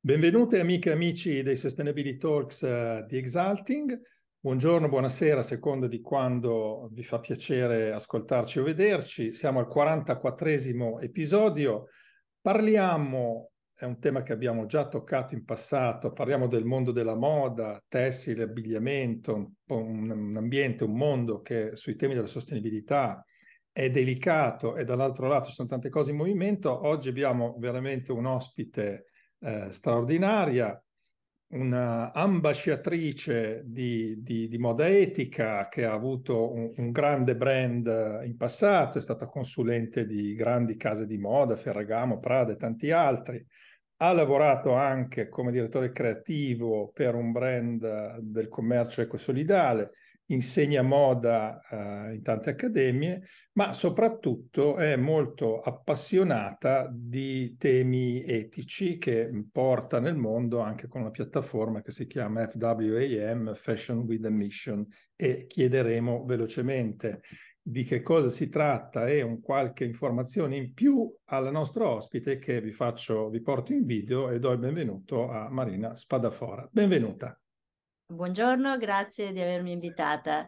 Benvenute amiche e amici dei Sustainability Talks di Exalting. Buongiorno, buonasera, a seconda di quando vi fa piacere ascoltarci o vederci. Siamo al 44esimo episodio. Parliamo, è un tema che abbiamo già toccato in passato, parliamo del mondo della moda, tessile, abbigliamento, un po' un ambiente, un mondo che sui temi della sostenibilità è delicato e dall'altro lato ci sono tante cose in movimento. Oggi abbiamo veramente un ospite straordinaria, una ambasciatrice di moda etica che ha avuto un grande brand in passato, è stata consulente di grandi case di moda, Ferragamo, Prada e tanti altri. Ha lavorato anche come direttore creativo per un brand del commercio ecosolidale, insegna moda in tante accademie, ma soprattutto è molto appassionata di temi etici che porta nel mondo anche con una piattaforma che si chiama FWAM, Fashion with a Mission, e chiederemo velocemente di che cosa si tratta e un qualche informazione in più alla nostra ospite che vi porto in video e do il benvenuto a Marina Spadafora. Benvenuta. Buongiorno, grazie di avermi invitata.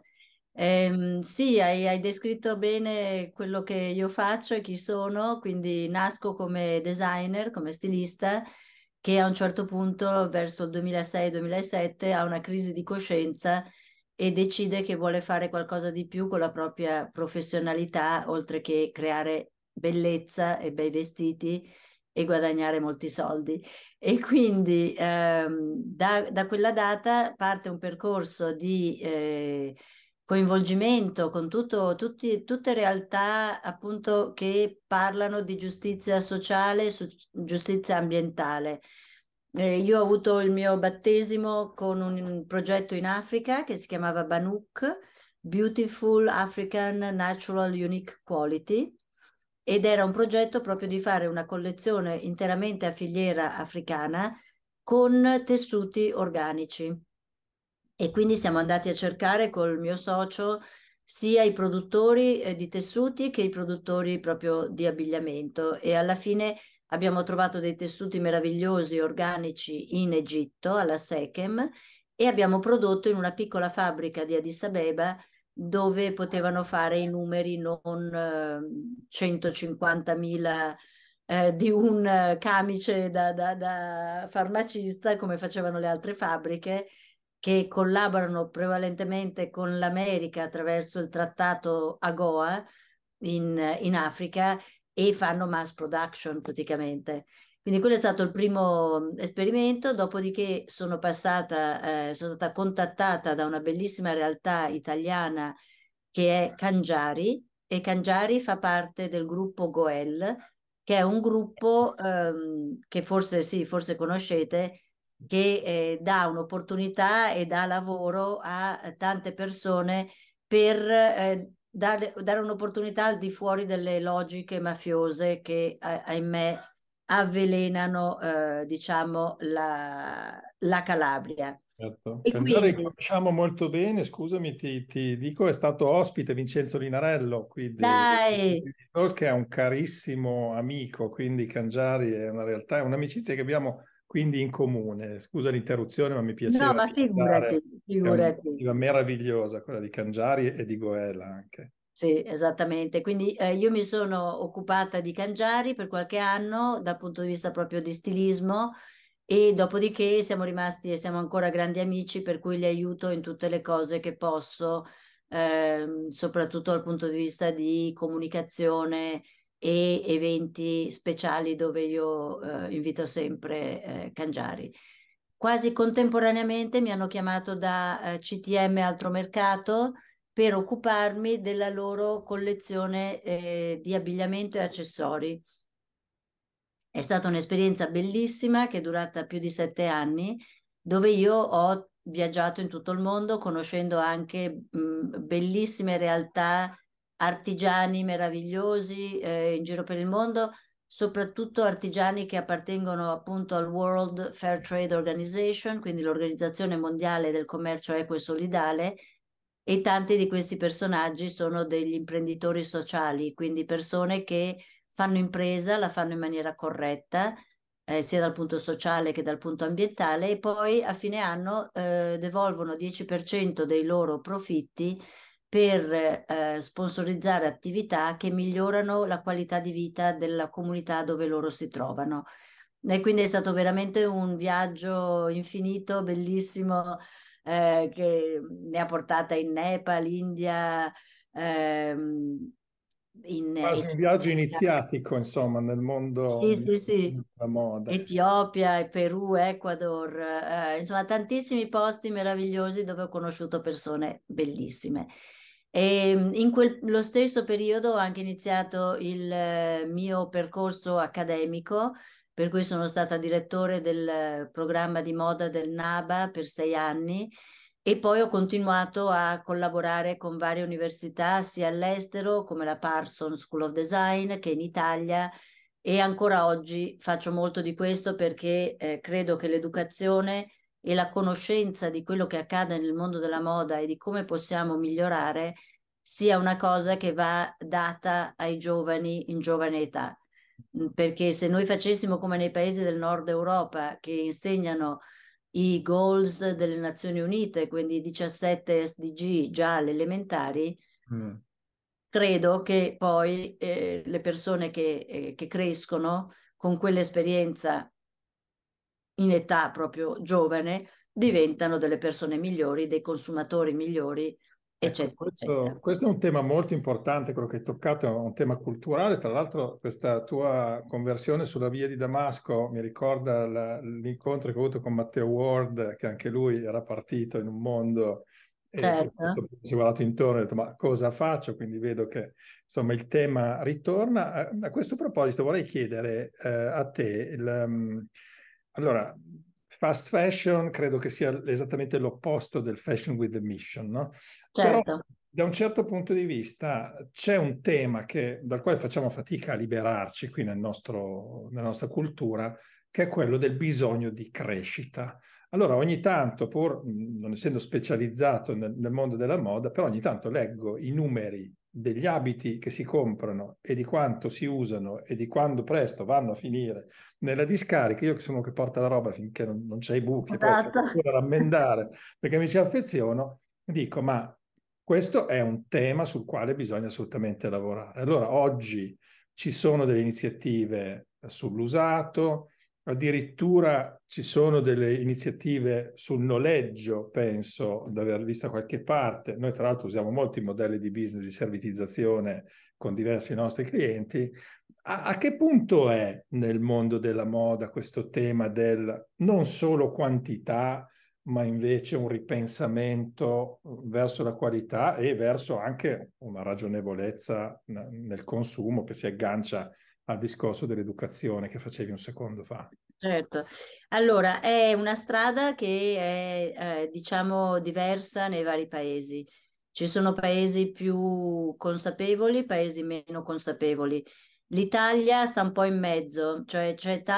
Sì, hai descritto bene quello che io faccio e chi sono, quindi nasco come designer, come stilista, che a un certo punto, verso il 2006-2007, ha una crisi di coscienza e decide che vuole fare qualcosa di più con la propria professionalità, oltre che creare bellezza e bei vestiti e guadagnare molti soldi. E quindi da quella data parte un percorso di coinvolgimento con tutte realtà appunto che parlano di giustizia sociale, giustizia ambientale. Io ho avuto il mio battesimo con un progetto in Africa che si chiamava Banuk, Beautiful African Natural Unique Quality, ed era un progetto proprio di fare una collezione interamente a filiera africana con tessuti organici. E quindi siamo andati a cercare col mio socio sia i produttori di tessuti che i produttori proprio di abbigliamento, e alla fine abbiamo trovato dei tessuti meravigliosi organici in Egitto, alla Sechem, e abbiamo prodotto in una piccola fabbrica di Addis Abeba dove potevano fare i numeri non 150.000 di un camice da farmacista come facevano le altre fabbriche che collaborano prevalentemente con l'America attraverso il trattato AGOA in Africa, e fanno mass production praticamente. Quindi quello è stato il primo esperimento, dopodiché sono stata contattata da una bellissima realtà italiana che è Cangiari, e Cangiari fa parte del gruppo Goel, che è un gruppo che forse sì, forse conoscete, che dà un'opportunità e dà lavoro a tante persone per dare un'opportunità al di fuori delle logiche mafiose che, ahimè, avvelenano, diciamo, la Calabria. Certo. E Cangiari quindi, conosciamo molto bene, scusami, ti dico, è stato ospite Vincenzo Linarello, quindi, dai, che è un carissimo amico, quindi Cangiari è una realtà, è un'amicizia che abbiamo quindi in comune. Scusa l'interruzione, ma mi no, piaceva ma figurati, ricordare, è figurati. un'iniziativa meravigliosa quella di Cangiari e di Goela anche. Sì, esattamente. Quindi io mi sono occupata di Cangiari per qualche anno dal punto di vista proprio di stilismo, e dopodiché siamo rimasti e siamo ancora grandi amici, per cui li aiuto in tutte le cose che posso, soprattutto dal punto di vista di comunicazione e eventi speciali dove io invito sempre Cangiari. Quasi contemporaneamente mi hanno chiamato da CTM Altro Mercato per occuparmi della loro collezione di abbigliamento e accessori. È stata un'esperienza bellissima che è durata più di 7 anni, dove io ho viaggiato in tutto il mondo, conoscendo anche bellissime realtà, artigiani meravigliosi in giro per il mondo, soprattutto artigiani che appartengono appunto al World Fair Trade Organization, quindi l'Organizzazione Mondiale del Commercio Equo e Solidale, e tanti di questi personaggi sono degli imprenditori sociali, quindi persone che fanno impresa, la fanno in maniera corretta, sia dal punto sociale che dal punto ambientale, e poi a fine anno devolvono 10% dei loro profitti per sponsorizzare attività che migliorano la qualità di vita della comunità dove loro si trovano. E quindi è stato veramente un viaggio infinito, bellissimo, che mi ha portata in Nepal, India, in Quasi un viaggio Etiopia. iniziatico, insomma, nel mondo Sì, sì, sì. della moda. Etiopia, Perù, Ecuador, insomma tantissimi posti meravigliosi dove ho conosciuto persone bellissime. E in lo stesso periodo ho anche iniziato il mio percorso accademico, per cui sono stata direttore del programma di moda del NABA per 6 anni e poi ho continuato a collaborare con varie università, sia all'estero come la Parsons School of Design che in Italia, e ancora oggi faccio molto di questo perché credo che l'educazione e la conoscenza di quello che accade nel mondo della moda e di come possiamo migliorare sia una cosa che va data ai giovani in giovane età. Perché se noi facessimo come nei paesi del nord Europa che insegnano i goals delle Nazioni Unite, quindi i 17 SDG già alle elementari, Mm. credo che poi le persone che crescono con quell'esperienza in età proprio giovane diventano delle persone migliori, dei consumatori migliori, Ecco, eccetera, eccetera. questo è un tema molto importante, quello che hai toccato, è un tema culturale. Tra l'altro, questa tua conversione sulla via di Damasco mi ricorda l'incontro che ho avuto con Matteo Ward, che anche lui era partito in un mondo e poi Certo, si è guardato intorno e ha detto: ma cosa faccio? Quindi vedo che insomma il tema ritorna. A questo proposito vorrei chiedere a te, allora, fast fashion credo che sia esattamente l'opposto del fashion with a mission, no? Però certo. da un certo punto di vista c'è un tema dal quale facciamo fatica a liberarci qui nella nostra cultura, che è quello del bisogno di crescita. Allora ogni tanto, pur non essendo specializzato nel mondo della moda, però ogni tanto leggo i numeri degli abiti che si comprano e di quanto si usano e di quando presto vanno a finire nella discarica. Io che sono uno che porta la roba finché non c'è i buchi e poi Esatto. devo pure rammendare perché mi ci affeziono, dico, ma questo è un tema sul quale bisogna assolutamente lavorare. Allora, oggi ci sono delle iniziative sull'usato, addirittura ci sono delle iniziative sul noleggio, penso di aver visto da qualche parte. Noi, tra l'altro, usiamo molti modelli di business di servitizzazione con diversi nostri clienti. A che punto è nel mondo della moda questo tema del non solo quantità, ma invece un ripensamento verso la qualità e verso anche una ragionevolezza nel consumo che si aggancia al discorso dell'educazione che facevi un secondo fa? Certo, allora è una strada che è diciamo diversa nei vari paesi. Ci sono paesi più consapevoli, paesi meno consapevoli. L'Italia sta un po' in mezzo, cioè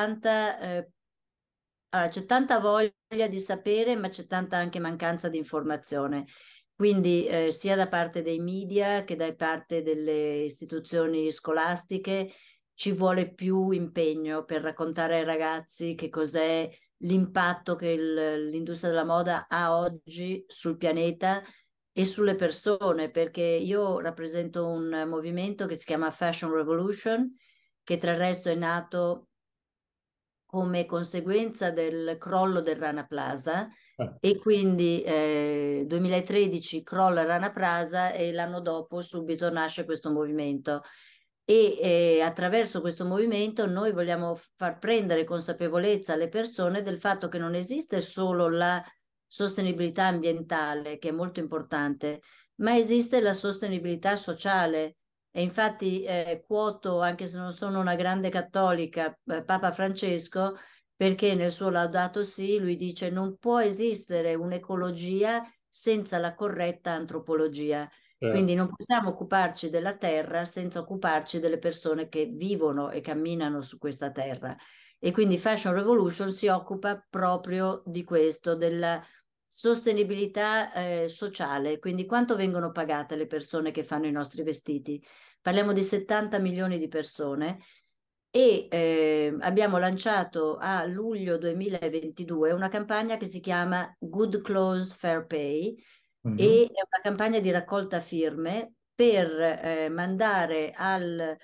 c'è tanta voglia di sapere, ma c'è tanta anche mancanza di informazione. Quindi sia da parte dei media che da parte delle istituzioni scolastiche ci vuole più impegno per raccontare ai ragazzi che cos'è l'impatto che l'industria della moda ha oggi sul pianeta e sulle persone, perché io rappresento un movimento che si chiama Fashion Revolution, che tra il resto è nato come conseguenza del crollo del Rana Plaza, Eh, e quindi 2013 crolla Rana Plaza e l'anno dopo subito nasce questo movimento. E attraverso questo movimento noi vogliamo far prendere consapevolezza alle persone del fatto che non esiste solo la sostenibilità ambientale, che è molto importante, ma esiste la sostenibilità sociale. E infatti quoto, anche se non sono una grande cattolica, Papa Francesco, perché nel suo Laudato Si lui dice non può esistere un'ecologia senza la corretta antropologia. Quindi certo. non possiamo occuparci della terra senza occuparci delle persone che vivono e camminano su questa terra. E quindi Fashion Revolution si occupa proprio di questo, della sostenibilità sociale, quindi quanto vengono pagate le persone che fanno i nostri vestiti. Parliamo di 70 milioni di persone e abbiamo lanciato a luglio 2022 una campagna che si chiama Good Clothes Fair Pay, Mhm. e è una campagna di raccolta firme per mandare al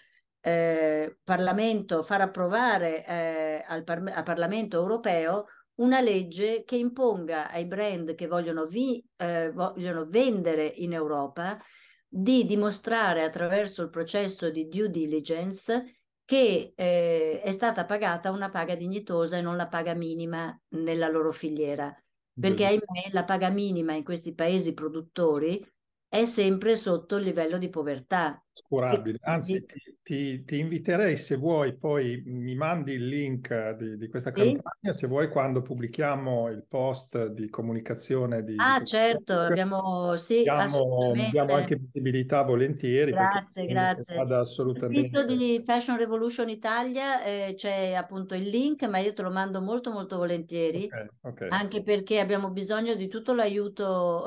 Parlamento, far approvare al Parlamento europeo una legge che imponga ai brand che vogliono vendere in Europa di dimostrare attraverso il processo di due diligence che è stata pagata una paga dignitosa e non la paga minima nella loro filiera. Perché, Bellissimo. ahimè, la paga minima in questi paesi produttori è sempre sotto il livello di povertà. E Trascurabile. Anzi, quindi, ti inviterei, se vuoi, poi mi mandi il link di questa sì? campagna, se vuoi, quando pubblichiamo il post di comunicazione di Ah, questo certo, blog, abbiamo, sì, diamo assolutamente. anche visibilità volentieri, perché Grazie, ritengo che grazie. vada Sul sito assolutamente. di Fashion Revolution Italia c'è appunto il link, ma io te lo mando molto molto Ok, volentieri, ok. anche perché abbiamo bisogno di tutto l'aiuto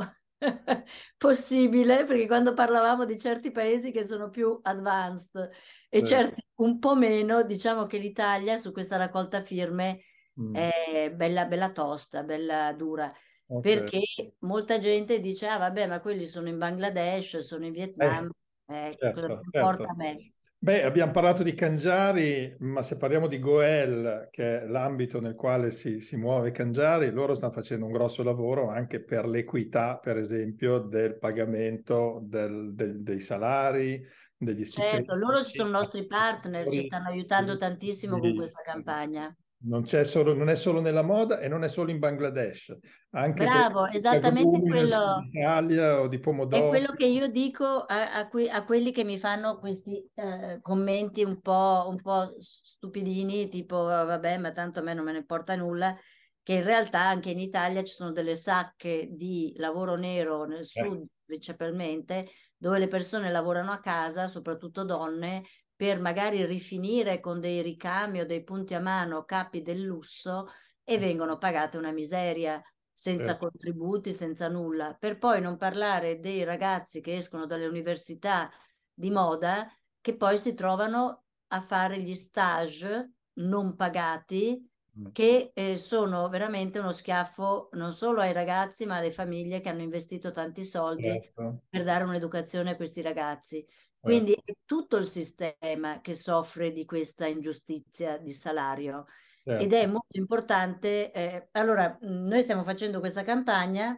possibile, perché quando parlavamo di certi paesi che sono più advanced e Sì. certi un po' meno, diciamo che l'Italia su questa raccolta firme Mm, è bella, bella tosta, bella dura, ok. perché molta gente dice, ah vabbè, ma quelli sono in Bangladesh, sono in Vietnam, cosa mi Certo, importa a certo. me? Beh, abbiamo parlato di Cangiari, ma se parliamo di Goel, che è l'ambito nel quale si muove Cangiari, loro stanno facendo un grosso lavoro anche per l'equità, per esempio, del pagamento dei salari, degli Certo, stipendi. loro ci sono nostri partner, ci stanno aiutando tantissimo con Quindi, questa campagna. non è solo nella moda e non è solo in Bangladesh, anche Bravo, produttori di esattamente agrumi nel sud quello. Italia o di È pomodoro. quello che io dico a quelli che mi fanno questi commenti un po' stupidini, tipo vabbè, ma tanto a me non me ne importa nulla, che in realtà anche in Italia ci sono delle sacche di lavoro nero nel Eh, sud principalmente, dove le persone lavorano a casa, soprattutto donne, per magari rifinire con dei ricami o dei punti a mano capi del lusso e vengono pagate una miseria senza certo. contributi, senza nulla, per poi non parlare dei ragazzi che escono dalle università di moda che poi si trovano a fare gli stage non pagati Mm, che sono veramente uno schiaffo non solo ai ragazzi ma alle famiglie che hanno investito tanti soldi certo, per dare un'educazione a questi ragazzi. Quindi certo, è tutto il sistema che soffre di questa ingiustizia di salario ed è certo. molto importante. Allora, noi stiamo facendo questa campagna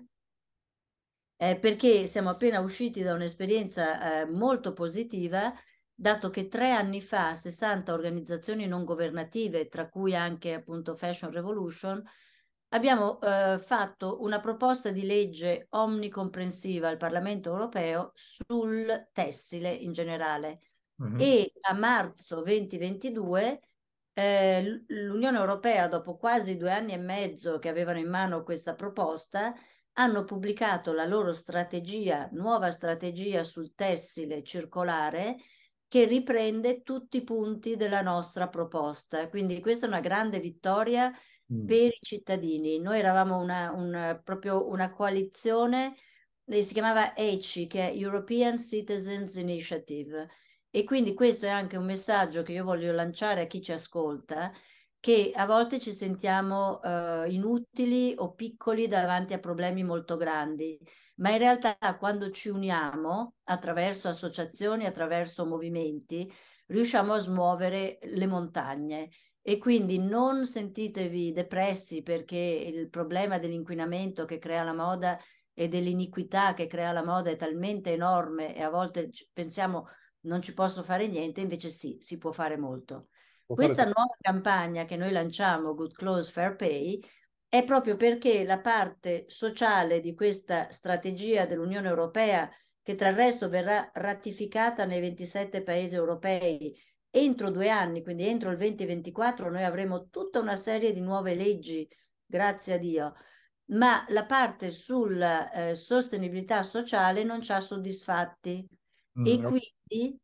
perché siamo appena usciti da un'esperienza molto positiva, dato che 3 anni fa 60 organizzazioni non governative, tra cui anche appunto Fashion Revolution, abbiamo fatto una proposta di legge omnicomprensiva al Parlamento europeo sul tessile in generale. Mhm. E a marzo 2022 l'Unione Europea, dopo quasi 2 anni e mezzo che avevano in mano questa proposta, hanno pubblicato la loro strategia, nuova strategia sul tessile circolare, che riprende tutti i punti della nostra proposta. Quindi questa è una grande vittoria Mm, per i cittadini. Noi eravamo proprio una coalizione, si chiamava ECI, che è European Citizens Initiative. E quindi questo è anche un messaggio che io voglio lanciare a chi ci ascolta, che a volte ci sentiamo inutili o piccoli davanti a problemi molto grandi, ma in realtà quando ci uniamo attraverso associazioni, attraverso movimenti, riusciamo a smuovere le montagne. E quindi non sentitevi depressi perché il problema dell'inquinamento che crea la moda e dell'iniquità che crea la moda è talmente enorme e a volte pensiamo non ci posso fare niente, invece sì, si può fare molto. può fare Questa tutto. nuova campagna che noi lanciamo, Good Clothes Fair Pay, è proprio perché la parte sociale di questa strategia dell'Unione Europea, che tra il resto verrà ratificata nei 27 paesi europei entro 2 anni, quindi entro il 2024, noi avremo tutta una serie di nuove leggi, grazie a Dio, ma la parte sulla sostenibilità sociale non ci ha soddisfatti e Ok. quindi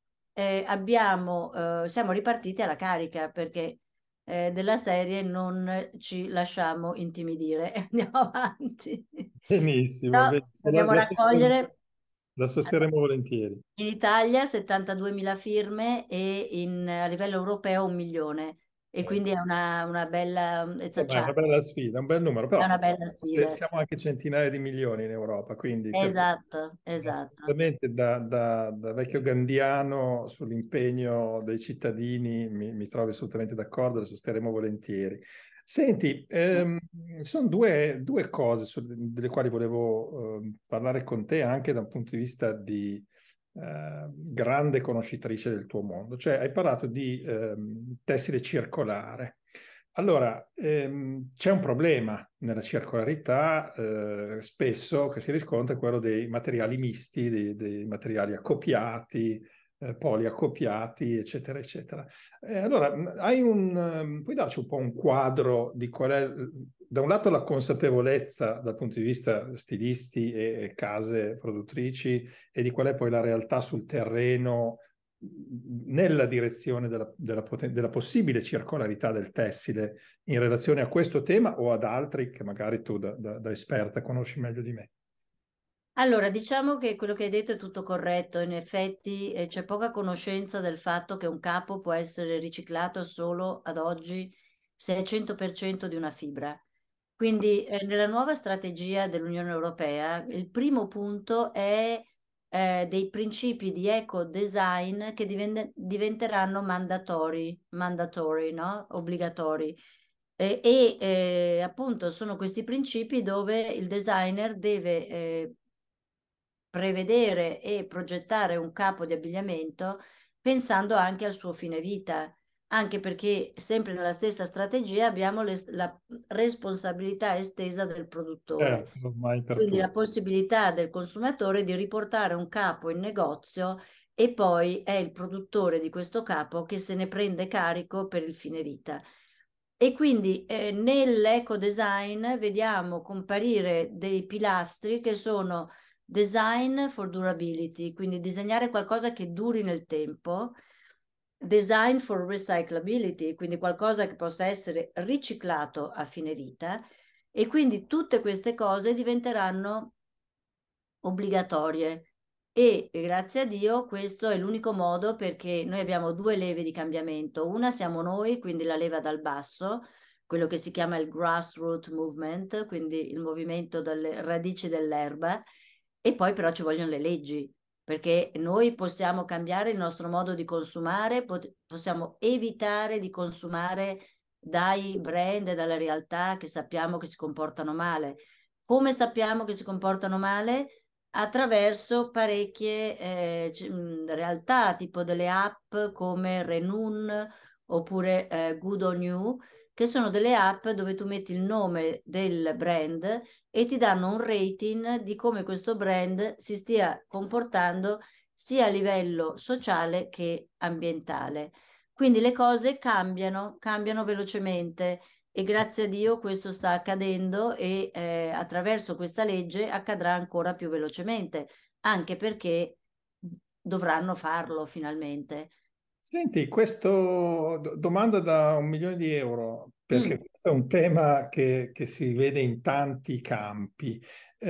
siamo ripartiti alla carica perché della serie non ci lasciamo intimidire e andiamo avanti. Benissimo, Però benissimo. dobbiamo raccogliere. La sosterremo volentieri. In Italia 72.000 firme e a livello europeo 1 milione. E quindi è una bella, it's a Insomma, è una challenge, bella sfida, un bel numero, è però una bella sfida. siamo anche centinaia di milioni in Europa, quindi Esatto, esatto. assolutamente da vecchio gandiano sull'impegno dei cittadini mi trovo assolutamente d'accordo, lo sosterremo volentieri. Senti, sono due cose delle quali volevo parlare con te anche da un punto di vista di grande conoscitrice del tuo mondo. Cioè, hai parlato di tessile circolare. Allora, c'è un problema nella circolarità, spesso che si riscontra, è quello dei materiali misti, dei materiali accoppiati, poliaccoppiati, eccetera, eccetera. Allora, puoi darci un po' un quadro di qual è, da un lato, la consapevolezza dal punto di vista stilisti e case produttrici e di qual è poi la realtà sul terreno nella direzione della possibile circolarità del tessile in relazione a questo tema o ad altri che magari tu da esperta conosci meglio di me. Allora, diciamo che quello che hai detto è tutto corretto. In effetti, c'è poca conoscenza del fatto che un capo può essere riciclato solo ad oggi se è 100% di una fibra. Quindi, nella nuova strategia dell'Unione Europea, il primo punto è dei principi di eco-design che diventeranno mandatori, no? Obbligatori. Appunto sono questi principi dove il designer deve prevedere e progettare un capo di abbigliamento pensando anche al suo fine vita, anche perché sempre nella stessa strategia abbiamo la responsabilità estesa del produttore. Ormai per Quindi la tutti. possibilità del consumatore di riportare un capo in negozio e poi è il produttore di questo capo che se ne prende carico per il fine vita. E quindi nell'eco design vediamo comparire dei pilastri che sono design for durability, quindi disegnare qualcosa che duri nel tempo, design for recyclability, quindi qualcosa che possa essere riciclato a fine vita, e quindi tutte queste cose diventeranno obbligatorie. E grazie a Dio questo è l'unico modo, perché noi abbiamo due leve di cambiamento. Una siamo noi, quindi la leva dal basso, quello che si chiama il grassroot movement, quindi il movimento dalle radici dell'erba, e poi però ci vogliono le leggi, perché noi possiamo cambiare il nostro modo di consumare, possiamo evitare di consumare dai brand e dalle realtà che sappiamo che si comportano male. Come sappiamo che si comportano male? Attraverso parecchie realtà, tipo delle app come Renun oppure Good On You, che sono delle app dove tu metti il nome del brand e ti danno un rating di come questo brand si stia comportando sia a livello sociale che ambientale. Quindi le cose cambiano velocemente e grazie a Dio questo sta accadendo e attraverso questa legge accadrà ancora più velocemente, anche perché dovranno farlo finalmente. Senti, questo domanda da 1 milione di euro, perché Mm. questo è un tema che si vede in tanti campi.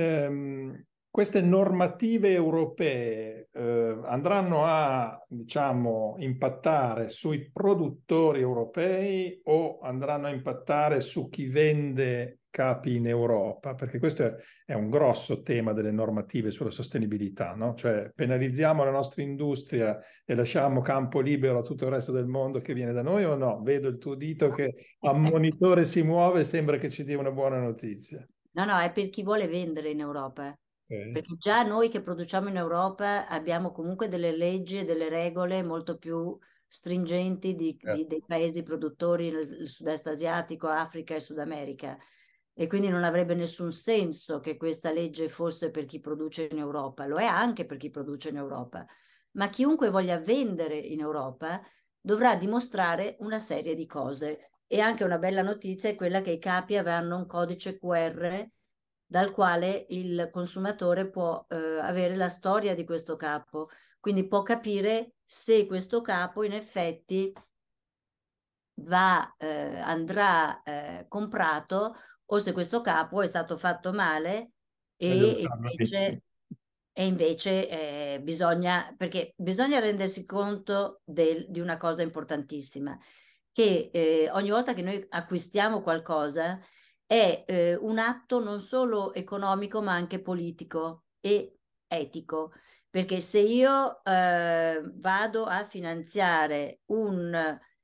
Queste normative europee andranno a, diciamo, impattare sui produttori europei o andranno a impattare su chi vende capi in Europa? Perché questo è un grosso tema delle normative sulla sostenibilità, no? Cioè penalizziamo la nostra industria e lasciamo campo libero a tutto il resto del mondo che viene da noi o no? Vedo il tuo dito che a monitore si muove e sembra che ci dia una buona notizia. No, no, è per chi vuole vendere in Europa. Ok. Perché già noi che produciamo in Europa abbiamo comunque delle leggi e delle regole molto più stringenti dei paesi produttori nel sud-est asiatico, Africa e Sud America. E quindi non avrebbe nessun senso che questa legge fosse per chi produce in Europa. Lo è anche per chi produce in Europa. Ma chiunque voglia vendere in Europa dovrà dimostrare una serie di cose. E anche una bella notizia è quella che i capi avranno un codice QR dal quale il consumatore può avere la storia di questo capo, quindi può capire se questo capo in effetti andrà comprato o se questo capo è stato fatto male Meglio e lasciarlo lì. invece E invece perché bisogna rendersi conto di una cosa importantissima, che ogni volta che noi acquistiamo qualcosa è un atto non solo economico ma anche politico e etico, perché se io vado a finanziare un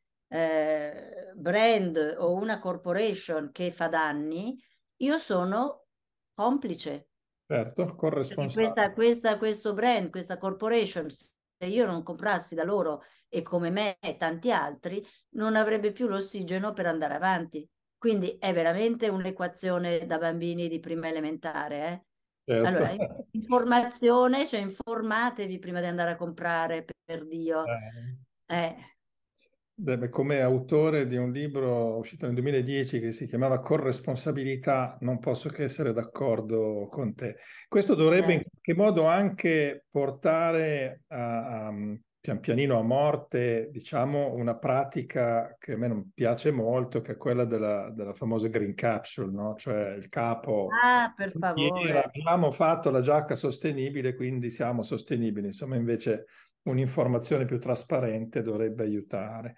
brand o una corporation che fa danni, io sono complice. Certo, Perché corresponsabile. questo brand, questa corporation, se io non comprassi da loro e come me e tanti altri, non avrebbe più l'ossigeno per andare avanti. Quindi è veramente un'equazione da bambini di prima elementare, eh? Allora, Certo. informazione, cioè informatevi prima di andare a comprare, per Dio. Eh, Eh, beh, come autore di un libro uscito nel 2010 che si chiamava Corresponsabilità, non posso che essere d'accordo con te. Questo dovrebbe in eh. qualche modo anche portare pian pianino a morte, diciamo, una pratica che a me non piace molto, che è quella della famosa green capsule, no? Cioè il capo. Ah, per favore. Abbiamo fatto la giacca sostenibile, quindi siamo sostenibili. Insomma, invece un'informazione più trasparente dovrebbe aiutare.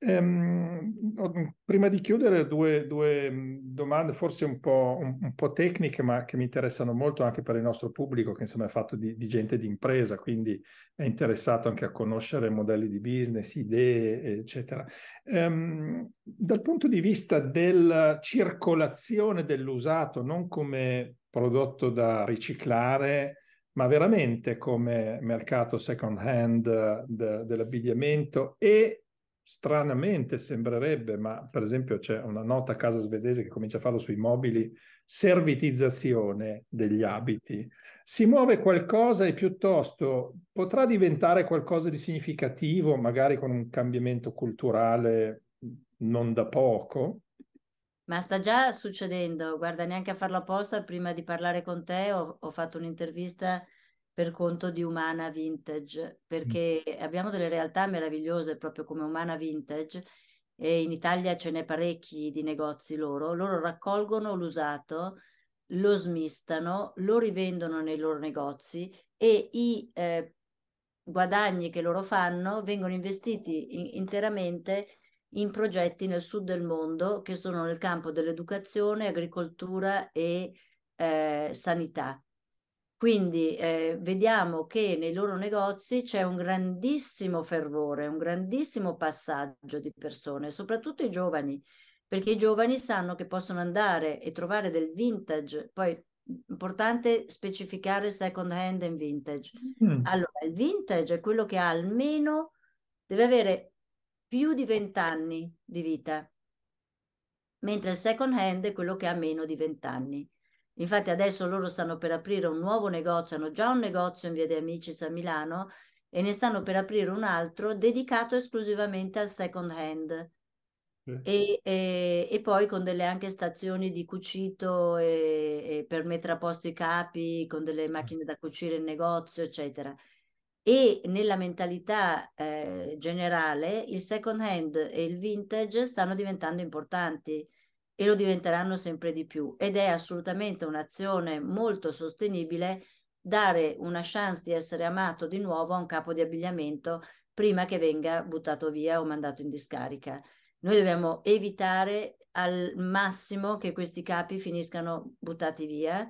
Prima di chiudere, due domande, forse un po' tecniche, ma che mi interessano molto anche per il nostro pubblico, che insomma è fatto di gente di impresa, quindi è interessato anche a conoscere modelli di business, idee, eccetera. Dal punto di vista della circolazione dell'usato, non come prodotto da riciclare, ma veramente come mercato second hand dell'abbigliamento e stranamente sembrerebbe, ma per esempio c'è una nota casa svedese che comincia a farlo sui mobili, servitizzazione degli abiti. Si muove qualcosa e piuttosto potrà diventare qualcosa di significativo, magari con un cambiamento culturale non da poco. Ma sta già succedendo, guarda, neanche a farlo apposta, prima di parlare con te ho fatto un'intervista per conto di Umana Vintage, perché abbiamo delle realtà meravigliose proprio come Umana Vintage e in Italia ce n'è parecchi di negozi loro. Loro raccolgono l'usato, lo smistano, lo rivendono nei loro negozi e i guadagni che loro fanno vengono investiti interamente in progetti nel sud del mondo che sono nel campo dell'educazione, agricoltura e sanità. Quindi vediamo che nei loro negozi c'è un grandissimo fervore, un grandissimo passaggio di persone, soprattutto i giovani, perché i giovani sanno che possono andare e trovare del vintage. Poi importante specificare second hand e vintage. Mm. Allora, il vintage è quello che ha almeno, deve avere più di 20 anni di vita, mentre il second hand è quello che ha meno di 20 anni. Infatti adesso loro stanno per aprire un nuovo negozio, hanno già un negozio in Via dei Amicis a Milano e ne stanno per aprire un altro dedicato esclusivamente al second hand. Sì. E poi con delle anche stazioni di cucito e per mettere a posto i capi, con delle macchine da cucire in negozio, eccetera. E nella mentalità generale il second hand e il vintage stanno diventando importanti e lo diventeranno sempre di più ed è assolutamente un'azione molto sostenibile dare una chance di essere amato di nuovo a un capo di abbigliamento prima che venga buttato via o mandato in discarica. Noi dobbiamo evitare al massimo che questi capi finiscano buttati via,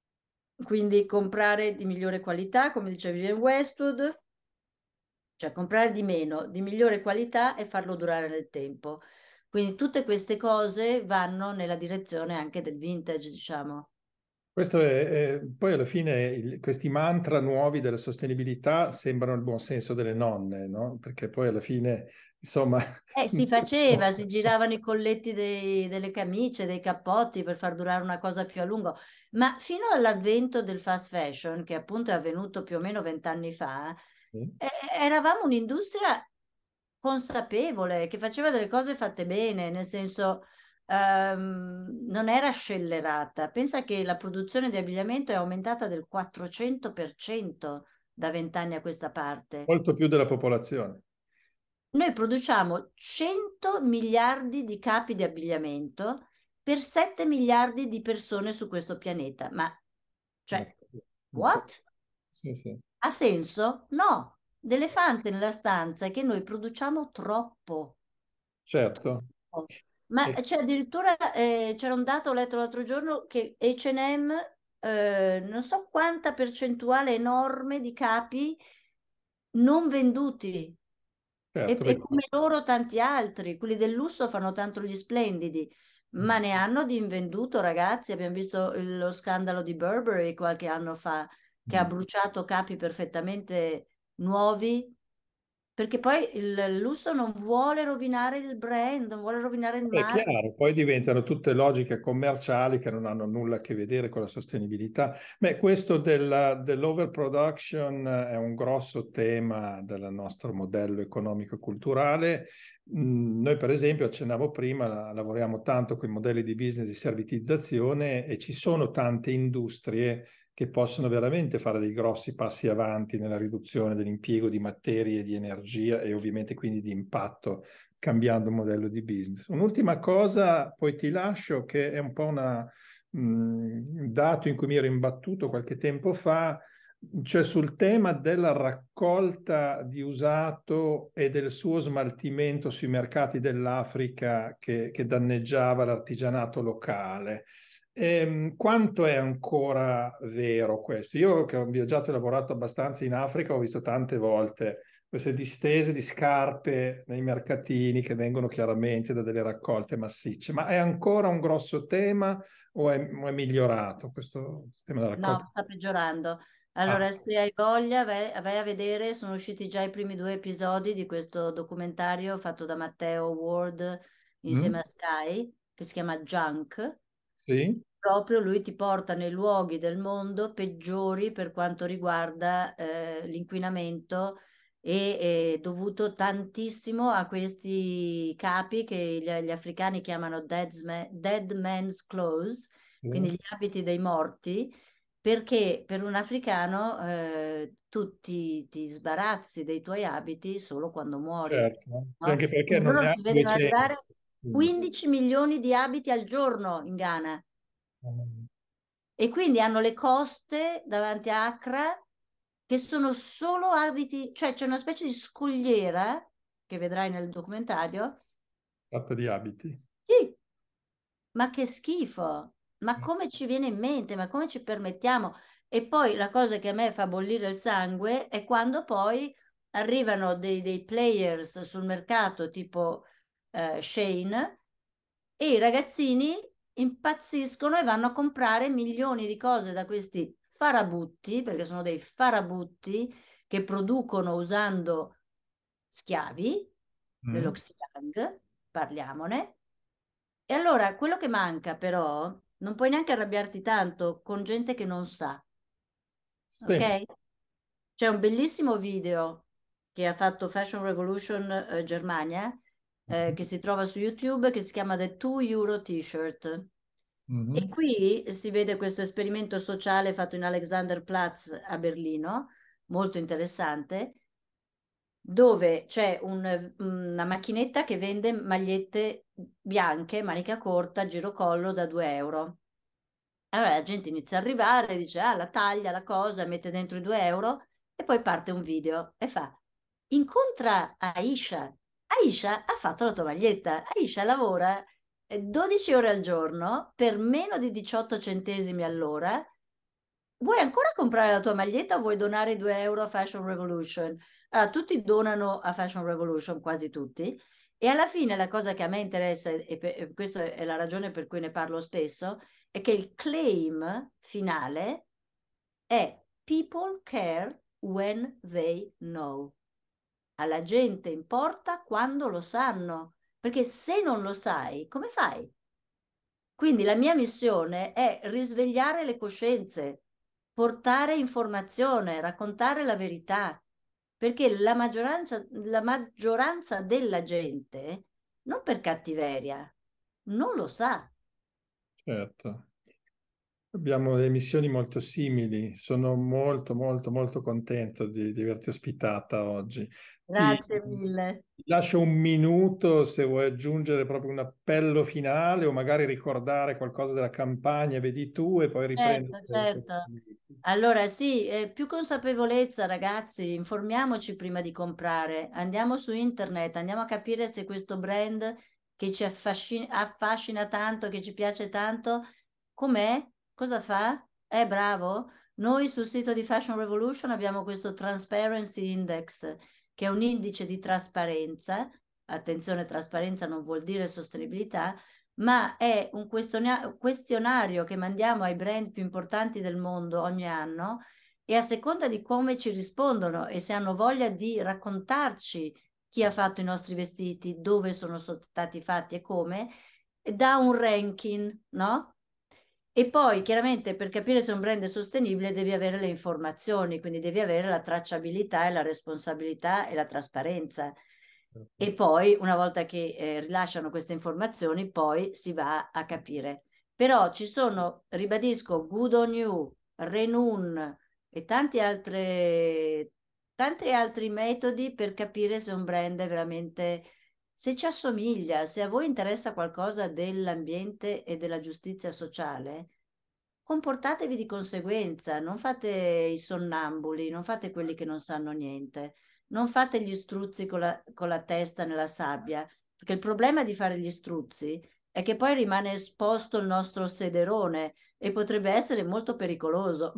quindi comprare di migliore qualità, come diceva Vivienne Westwood, cioè comprare di meno, di migliore qualità e farlo durare nel tempo. Quindi tutte queste cose vanno nella direzione anche del vintage, diciamo. Questo poi alla fine questi mantra nuovi della sostenibilità sembrano il buon senso delle nonne, no? Perché poi alla fine, insomma, Si faceva, si giravano i colletti delle camicie, dei cappotti per far durare una cosa più a lungo, ma fino all'avvento del fast fashion, che appunto è avvenuto più o meno 20 anni fa, eravamo un'industria consapevole, che faceva delle cose fatte bene, nel senso non era scellerata. Pensa che la produzione di abbigliamento è aumentata del 400% da 20 anni a questa parte. molto più della popolazione. Noi produciamo 100 miliardi di capi di abbigliamento per 7 miliardi di persone su questo pianeta. Ma, cioè, Ecco, un po'. what? sì, sì. Ha senso? No. L'elefante nella stanza è che noi produciamo troppo. Certo. Ma E c'è addirittura, c'era un dato, ho letto l'altro giorno, che H&M, non so quanta percentuale enorme di capi non venduti. certo, E come loro tanti altri, quelli del lusso fanno tanto gli splendidi, ma ne hanno di invenduto, ragazzi. Abbiamo visto lo scandalo di Burberry qualche anno fa, che ha bruciato capi perfettamente nuovi, perché poi il lusso non vuole rovinare il brand, non vuole rovinare il è marchio. chiaro, poi diventano tutte logiche commerciali che non hanno nulla a che vedere con la sostenibilità. Beh, questo dell'overproduction è un grosso tema del nostro modello economico-culturale. Noi, per esempio, accennavo prima, lavoriamo tanto con i modelli di business di servitizzazione e ci sono tante industrie che possono veramente fare dei grossi passi avanti nella riduzione dell'impiego di materie, di energia e ovviamente quindi di impatto cambiando modello di business. Un'ultima cosa, poi ti lascio, che è un po' un dato in cui mi ero imbattuto qualche tempo fa, cioè sul tema della raccolta di usato e del suo smaltimento sui mercati dell'Africa che danneggiava l'artigianato locale. Quanto è ancora vero questo? Io che ho viaggiato e lavorato abbastanza in Africa, ho visto tante volte queste distese di scarpe nei mercatini che vengono chiaramente da delle raccolte massicce, ma è ancora un grosso tema o è migliorato questo tema della No, raccolta? sta peggiorando. Ah, Allora, se hai voglia, vai a vedere, sono usciti già i primi 2 episodi di questo documentario fatto da Matteo Ward insieme mm, a Sky, che si chiama Junk. sì, Proprio lui ti porta nei luoghi del mondo peggiori per quanto riguarda l'inquinamento e è dovuto tantissimo a questi capi che gli africani chiamano dead man's clothes, quindi sì, gli abiti dei morti, perché per un africano tu ti sbarazzi dei tuoi abiti solo quando muori, certo. Sì, no? anche perché Quindi non ne loro ha si vedono 200. arrivare 15 milioni di abiti al giorno in Ghana. E quindi hanno le coste davanti a Accra che sono solo abiti, cioè c'è una specie di scogliera che vedrai nel documentario. Fatta di abiti. Sì, ma che schifo! Ma come ci viene in mente? Ma come ci permettiamo? E poi la cosa che a me fa bollire il sangue è quando poi arrivano dei players sul mercato tipo Shane e i ragazzini impazziscono e vanno a comprare milioni di cose da questi farabutti, perché sono dei farabutti che producono usando schiavi, dello Mm. Xiang, parliamone. E allora quello che manca però, non puoi neanche arrabbiarti tanto con gente che non sa, Sì. ok? C'è un bellissimo video che ha fatto Fashion Revolution Germania, che si trova su YouTube, che si chiama The 2 Euro T-shirt. E Mhm. qui si vede questo esperimento sociale fatto in Alexanderplatz a Berlino, molto interessante, dove c'è una macchinetta che vende magliette bianche, manica corta, girocollo da 2 euro. Allora la gente inizia a arrivare, dice, ah, la taglia, la cosa, mette dentro i 2 euro e poi parte un video e fa, incontra Aisha. Aisha ha fatto la tua maglietta. Aisha lavora 12 ore al giorno per meno di 18 centesimi all'ora. Vuoi ancora comprare la tua maglietta o vuoi donare 2 euro a Fashion Revolution? Allora, tutti donano a Fashion Revolution, quasi tutti, e alla fine la cosa che a me interessa, e questa è la ragione per cui ne parlo spesso, è che il claim finale è People care when they know. Alla gente importa quando lo sanno, perché se non lo sai, come fai? Quindi la mia missione è risvegliare le coscienze, portare informazione, raccontare la verità, perché la maggioranza della gente, non per cattiveria, non lo sa. Certo. Abbiamo delle missioni molto simili. Sono molto, molto, molto contento di averti ospitata oggi. Grazie mille. Ti lascio un minuto se vuoi aggiungere proprio un appello finale o magari ricordare qualcosa della campagna, vedi tu, e poi riprendo. Certo, certo. Allora sì, più consapevolezza ragazzi, informiamoci prima di comprare, andiamo su internet, andiamo a capire se questo brand che ci affascina tanto, che ci piace tanto, com'è, cosa fa? È bravo? Noi sul sito di Fashion Revolution abbiamo questo Transparency Index, che è un indice di trasparenza. Attenzione, trasparenza non vuol dire sostenibilità, ma è un questionario che mandiamo ai brand più importanti del mondo ogni anno e a seconda di come ci rispondono e se hanno voglia di raccontarci chi ha fatto i nostri vestiti, dove sono stati fatti e come, dà un ranking, no? E poi chiaramente per capire se un brand è sostenibile devi avere le informazioni, quindi devi avere la tracciabilità e la responsabilità e la trasparenza. E poi una volta che rilasciano queste informazioni, poi si va a capire. Però ci sono, ribadisco, Good On You, Renun e tanti altri metodi per capire se un brand è veramente, se ci assomiglia, se a voi interessa qualcosa dell'ambiente e della giustizia sociale, comportatevi di conseguenza, non fate i sonnambuli, non fate quelli che non sanno niente, non fate gli struzzi con la testa nella sabbia, perché il problema di fare gli struzzi è che poi rimane esposto il nostro sederone e potrebbe essere molto pericoloso.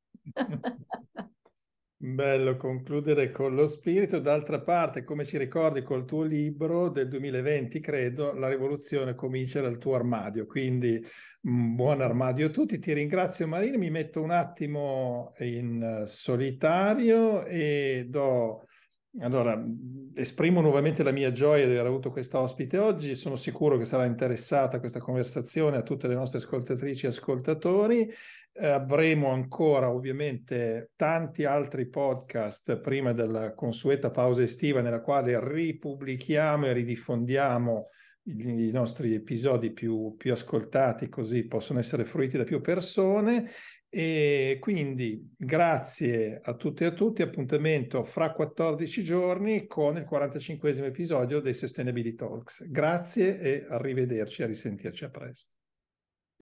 Bello concludere con lo spirito. D'altra parte, come ci ricordi col tuo libro del 2020, credo, la rivoluzione comincia dal tuo armadio. Quindi buon armadio a tutti. Ti ringrazio Marina, mi metto un attimo in solitario e do... Allora, esprimo nuovamente la mia gioia di aver avuto questa ospite oggi. Sono sicuro che sarà interessata questa conversazione a tutte le nostre ascoltatrici e ascoltatori. Avremo ancora ovviamente tanti altri podcast prima della consueta pausa estiva nella quale ripubblichiamo e ridiffondiamo i nostri episodi più ascoltati, così possono essere fruiti da più persone. E quindi grazie a tutte e a tutti, appuntamento fra 14 giorni con il 45esimo episodio dei Sustainability Talks. Grazie e arrivederci, a risentirci a presto.